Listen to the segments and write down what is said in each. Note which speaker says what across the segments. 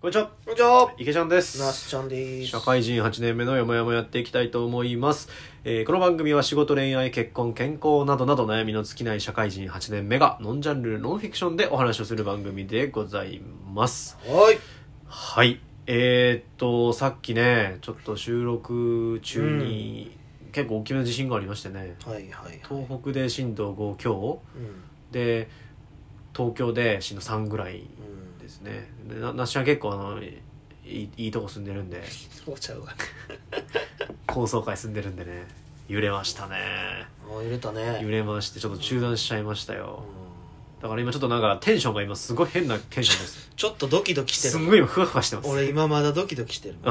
Speaker 1: こんにちは。
Speaker 2: こんにちは。
Speaker 1: 池ちゃんです。
Speaker 2: なすちゃんです。
Speaker 1: 社会人8年目のよもやもやっていきたいと思います。この番組は仕事、恋愛、結婚、健康などなど悩みの尽きない社会人8年目がノンジャンル、ノンフィクションでお話をする番組でございます。
Speaker 2: はい。
Speaker 1: はい。さっきね、ちょっと収録中に結構大きめの地震がありましてね。
Speaker 2: はいはいはい。
Speaker 1: 東北で震度5強、で、東京で震度3ぐらいですね。でなっしは結構いいとこ住んでるんで、
Speaker 2: そうちゃうわ。
Speaker 1: 高層階住んでるんでね、揺れましたね。
Speaker 2: 揺れたね。
Speaker 1: 揺れましてちょっと中断しちゃいましたよ。だから今ちょっとなんかテンションが今すごい変なテンションです。
Speaker 2: ちょっとドキドキしてる。
Speaker 1: すんごい今ふわふわしてます。
Speaker 2: 俺今まだドキドキしてる。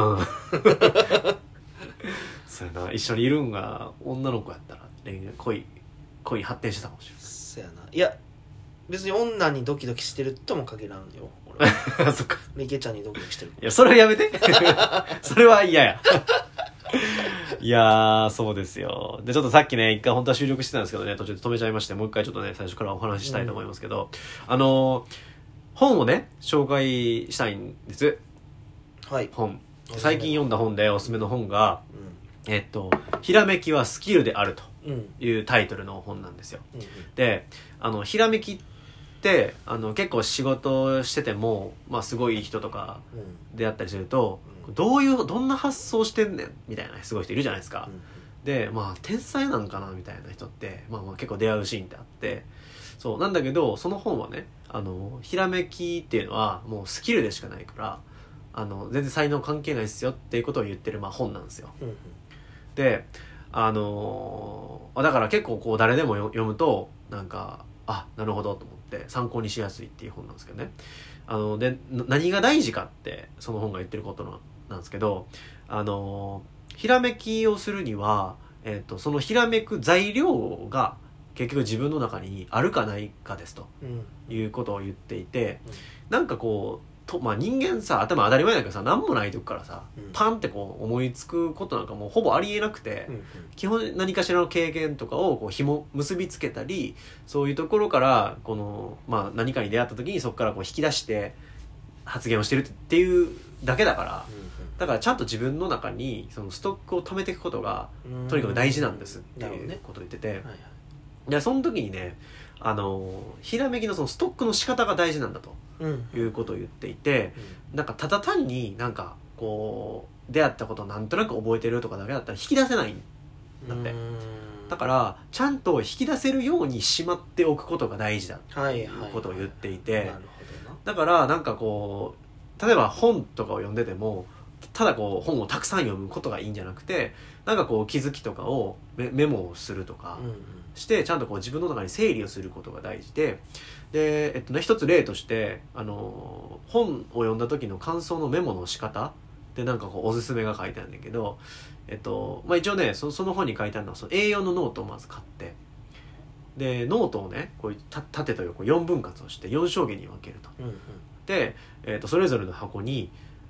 Speaker 1: そうやな、一緒にいるんが女の子やったら恋発展してたかもしれない。
Speaker 2: そうやな。いや別に女にドキドキしてるとも限らんよ。
Speaker 1: 俺そっか。
Speaker 2: 池ちゃんにドキドキしてる。
Speaker 1: いやそれはやめて。それは嫌や。いやー、そうですよ。でちょっとさっきね、一回本当は収録してたんですけどね、途中で止めちゃいまして、もう一回ちょっとね最初からお話ししたいと思いますけど、本をね紹介したいんです。
Speaker 2: はい。
Speaker 1: 本、最近読んだ本でおすすめの本が、ひらめきはスキルであるというタイトルの本なんですよ。で、ひらめきって結構仕事してても、まあ、すごい人とか出会ったりすると、どんな発想してんねんみたいなすごい人いるじゃないですか。で、まあ天才なんかなみたいな人って、まあ結構出会うシーンってあって、そうなんだけど、その本はね、ひらめきっていうのはもうスキルでしかないから、全然才能関係ないっすよっていうことを言ってる、まあ、本なんですよ。で、だから結構こう誰でも読むとなんか、あ、なるほどと思って参考にしやすいっていう本なんですけどね。で何が大事かってその本が言ってることなんですけど、ひらめきをするには、そのひらめく材料が結局自分の中にあるかないかですということを言っていて、なんかこうまあ、人間さ、頭当たり前だけどさ、何もないとこからさ、パンってこう思いつくことなんかもうほぼありえなくて、基本何かしらの経験とかをこう結びつけたり、そういうところからこの、まあ、何かに出会った時にそこからこう引き出して発言をしてるっていうだけだから、だからちゃんと自分の中にそのストックを貯めていくことがとにかく大事なんですっていうことを言ってて、でその時にね、ひらめきのそのストックの仕方が大事なんだということを言っていて、なんかただ単になんかこう出会ったことをなんとなく覚えてるとかだけだったら引き出せないんだって。だからちゃんと引き出せるようにしまっておくことが大事だということを言っていて、だからなんかこう例えば本とかを読んでても、ただこう本をたくさん読むことがいいんじゃなくて、なんかこう気づきとかをメモをするとかしてちゃんとこう自分の中に整理をすることが大事で、一つ例として本を読んだ時の感想のメモの仕方でなんかこうおすすめが書いてあるんだけど、まあ、一応ねその本に書いてあるのはその A4 のノートをまず買って、でノートをねこう縦と横4分割をして4象限に分けると。で、それぞれの箱に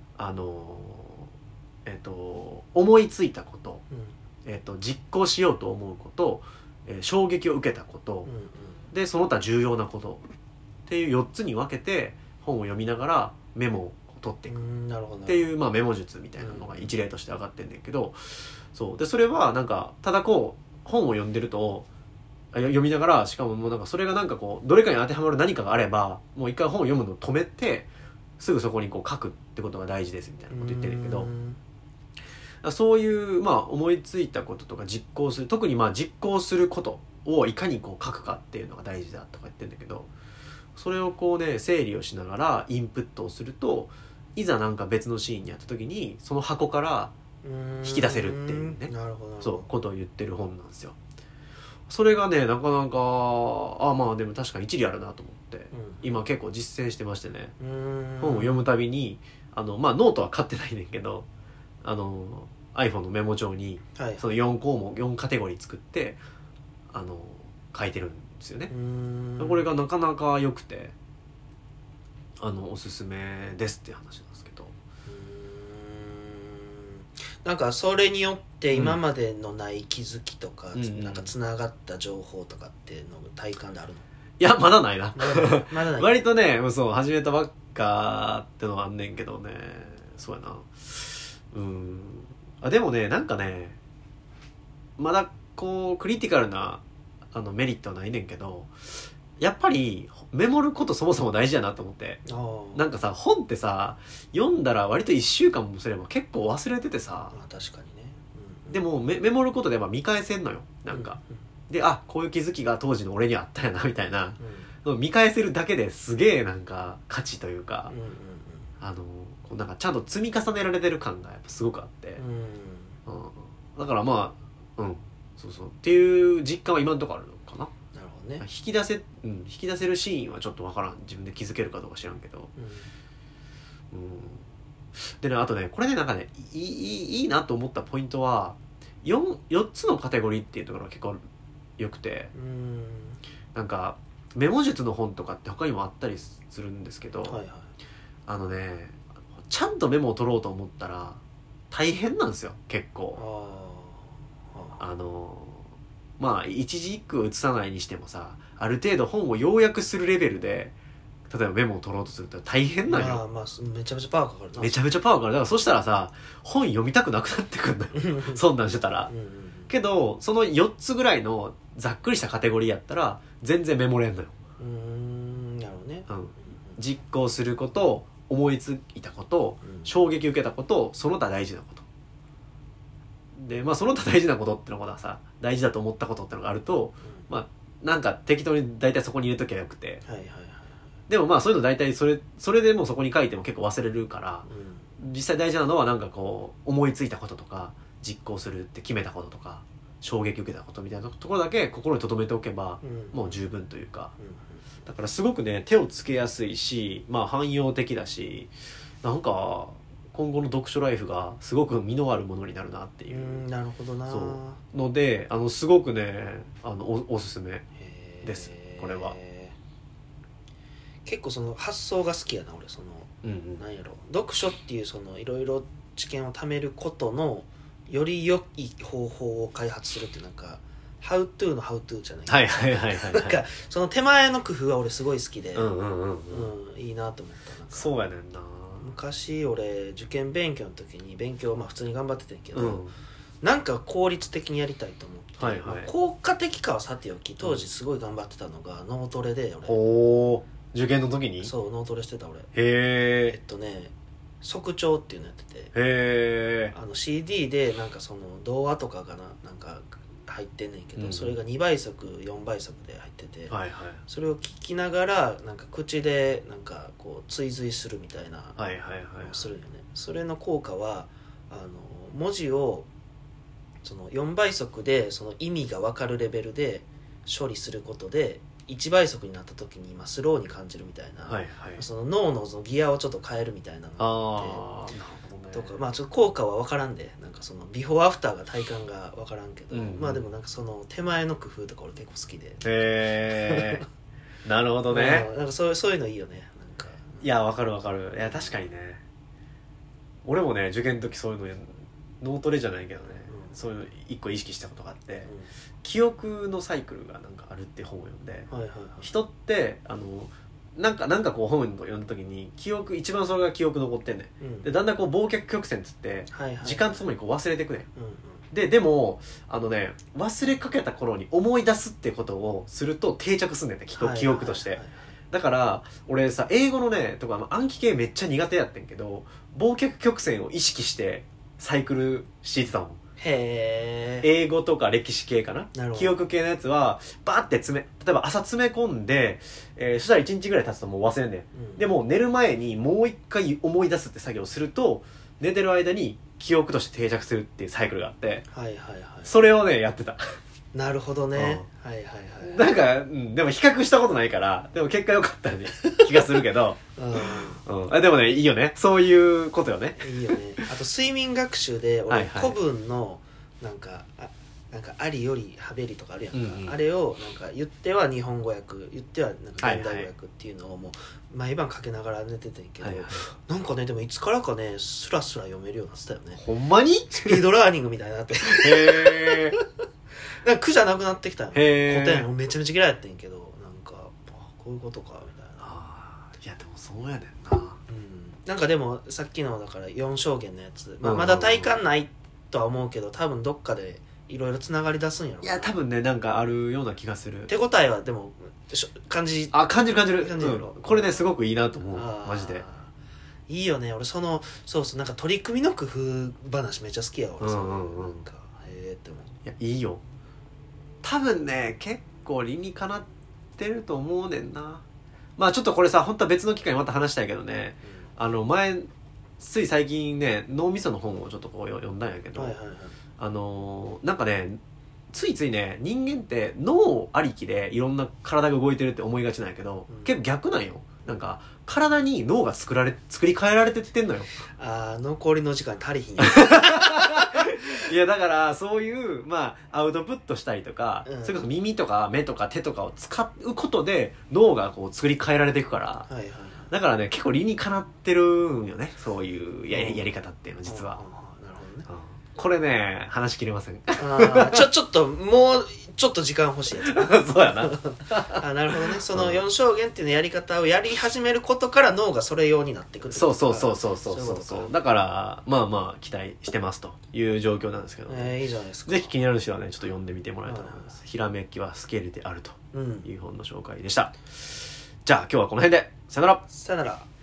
Speaker 1: 思いついたこと、実行しようと思うこと、衝撃を受けたこと、でその他重要なことっていう4つに分けて本を読みながらメモを取っていくっていう、まあ、メモ術みたいなのが一例として上がってるんだけど、そうでそれはなんかただこう本を読んでると読みながら、しかももうなんかそれがなんかこうどれかに当てはまる何かがあればもう一回本を読むのを止めてすぐそこにこう書くってことが大事ですみたいなこと言ってるんだけど、そういう、まあ、思いついたこととか実行する、特にまあ実行することをいかにこう書くかっていうのが大事だとか言ってるんだけど、それをこうね整理をしながらインプットをすると、いざなんか別のシーンにあった時にその箱から引き出せるっていうね、そうことを言ってる本なんですよ。それがねなかなかまあでも確かに一理あるなと思って、今結構実践してましてね、本を読むたびにまあノートは買ってないねんけどiPhone のメモ帳にその4項目4カテゴリー作って書いてるんですよね。これがなかなか良くておすすめですっていう話なんですけど、
Speaker 2: なんかそれによって今までのない気づきとか、なんかつながった情報とかっていうの体感であるの？
Speaker 1: いやまだないな。
Speaker 2: まだない。
Speaker 1: 割とねそう始めたばっかってのはあんねんけどね。そうやな。でもね、なんかね、まだこうクリティカルなメリットはないねんけど、やっぱりメモることそもそも大事やなと思って。なんかさ、本ってさ、読んだら割と1週間もすれば結構忘れててさ、
Speaker 2: 確かにね、
Speaker 1: でもメモることでやっぱ見返せんのよ、なんか、で、こういう気づきが当時の俺にあったやなみたいな、見返せるだけですげえなんか価値というか、なんかちゃんと積み重ねられてる感がやっぱすごくあって、だからそうそうっていう実感は今のところあるのかな。
Speaker 2: なるほどね。
Speaker 1: 引き出せるシーンはちょっとわからん、自分で気づけるかどうか知らんけど、でね、あとね、これね、なんかね、いいなと思ったポイントは 4つのカテゴリーっていうところが結構良くて、なんかメモ術の本とかって他にもあったりするんですけど、ちゃんとメモを取ろうと思ったら大変なんですよ、結構。一字一句を写さないにしてもさ、ある程度本を要約するレベルで例えばメモを取ろうとすると大変なんよ。
Speaker 2: めちゃめちゃパワーかかるな。
Speaker 1: めちゃめちゃパワーかかる。だからそしたらさ、本読みたくなくなってくるのよそんなんしてたら。けどその4つぐらいのざっくりしたカテゴリーやったら全然メモれんのよ。
Speaker 2: なるほどね。
Speaker 1: 実行すること、思いついたこと、衝撃受けたこと、その他大事なことで、その他大事なことってのがさ、大事だと思ったことってのがあると、なんか適当に大体そこに入れときゃよくて、でもそういうの大体それでもうそこに書いても結構忘れるから、実際大事なのはなんかこう思いついたこととか、実行するって決めたこととか、衝撃受けたことみたいなところだけ心に留めておけばもう十分というか、だからすごくね、手をつけやすいし、汎用的だし、なんか今後の読書ライフがすごく実のあるものになるなっていう。
Speaker 2: なるほどな。
Speaker 1: そうので、すごくね、おすすめです、これは。
Speaker 2: 結構その発想が好きやな、俺。その、なんやろ、読書っていうそのいろいろ知見を貯めることのより良い方法を開発するっていう、なんかHow to の How to じゃない。なんかその手前の工夫は俺すごい好きで、いいなと思った。なんか
Speaker 1: そうやねんな。
Speaker 2: 昔俺受験勉強の時に勉強普通に頑張ってたんやけど、なんか効率的にやりたいと思って、効果的かはさておき、当時すごい頑張ってたのが脳トレで、
Speaker 1: 俺受験の時に
Speaker 2: そう脳トレしてた俺。速聴っていうのやってて、CD でなんかその童話とかがなんか入ってんねんけど、それが2倍速4倍速で入ってて、それを聞きながらなんか口でなんかこう追随するみたいなするよね。それの効果は文字をその4倍速でその意味が分かるレベルで処理することで、1倍速になった時にスローに感じるみたいな、その脳のそのギアをちょっと変えるみたいなのがあって、とかちょっと効果は分からんで、なんかそのビフォーアフターが体感が分からんけど、でもなんかその手前の工夫とか俺結構好きで。
Speaker 1: なるほどね。
Speaker 2: なんかそういうのいいよね。なんか
Speaker 1: いや分かる。いや確かにね、俺もね受験の時そういうの脳トレじゃないけどね、そういうの一個意識したことがあって、記憶のサイクルがなんかあるって本を読んで、人ってなんかこう本を読んだ時に一番それが記憶残ってんねん、でだんだんこう忘却曲線つって、時間とともにこう忘れてくねん、でも忘れかけた頃に思い出すってことをすると定着すんねんね、記憶として。だから俺さ、英語のねとか暗記系めっちゃ苦手やってんけど、忘却曲線を意識してサイクルしていってたもん。英語とか歴史系かな、記憶系のやつはバーって例えば朝詰め込んで、そしたら1日ぐらい経つともう忘れんねん、でも寝る前にもう一回思い出すって作業をすると、寝てる間に記憶として定着するっていうサイクルがあって、それをねやってた。
Speaker 2: なるほどね。
Speaker 1: なんか、でも比較したことないから、でも結果良かったね気がするけど、でもねいいよね、そういうことよね。
Speaker 2: いいよね。あと睡眠学習で俺古文のなんかありよりはべりとかあるやんか、あれをなんか言っては日本語訳、言ってはなんか現代語訳っていうのをもう毎晩かけながら寝ててんけど、なんかね、でもいつからかねスラスラ読めるようになってたよね。
Speaker 1: ほんまに
Speaker 2: スピードラーニングみたいになって。へなんか苦じゃなくなってきたよ。古典めちゃめちゃ嫌いやってんけど、なんかこういうことかみたいな。
Speaker 1: いやでもそうやねんな。
Speaker 2: なんかでもさっきのだから4証言のやつ、まだ体感ないとは思うけど多分どっかでいろいろつながり出すんやろ。
Speaker 1: いや多分ねなんかあるような気がする。
Speaker 2: 手応えはでも感じる、
Speaker 1: これねすごくいいなと思うマジで。
Speaker 2: いいよね。俺そうなんか取り組みの工夫話めっちゃ好きや俺。なんかって思う。
Speaker 1: いやいいよ。多分ね結構理にかなってると思うねんな。まあちょっとこれさ本当は別の機会にまた話したいけどね、前つい最近ね脳みその本をちょっとこう読んだんやけど、なんかねついついね人間って脳ありきでいろんな体が動いてるって思いがちなんやけど、結構逆なんよ。なんか体に脳が作り変えられてってんのよ。
Speaker 2: 残りの時間足りひんや
Speaker 1: いやだからそういうアウトプットしたりとか、それこそ耳とか目とか手とかを使うことで脳がこう作り変えられていくから、だからね結構理にかなってるんよねそういうやり方っていうの実は。なるほどね。これね話切れません。
Speaker 2: ちょっともうちょっと時間欲しいや
Speaker 1: つそうやな。
Speaker 2: なるほどね。その4証言っていうのやり方をやり始めることから脳がそれ用になってくる。
Speaker 1: そうだから期待してますという状況なんですけど、
Speaker 2: いいじゃないですか。
Speaker 1: ぜひ気になる人はねちょっと読んでみてもらえたらと思います。ひらめきはスケールであるという本の紹介でした。じゃあ今日はこの辺でさよなら。
Speaker 2: さよなら。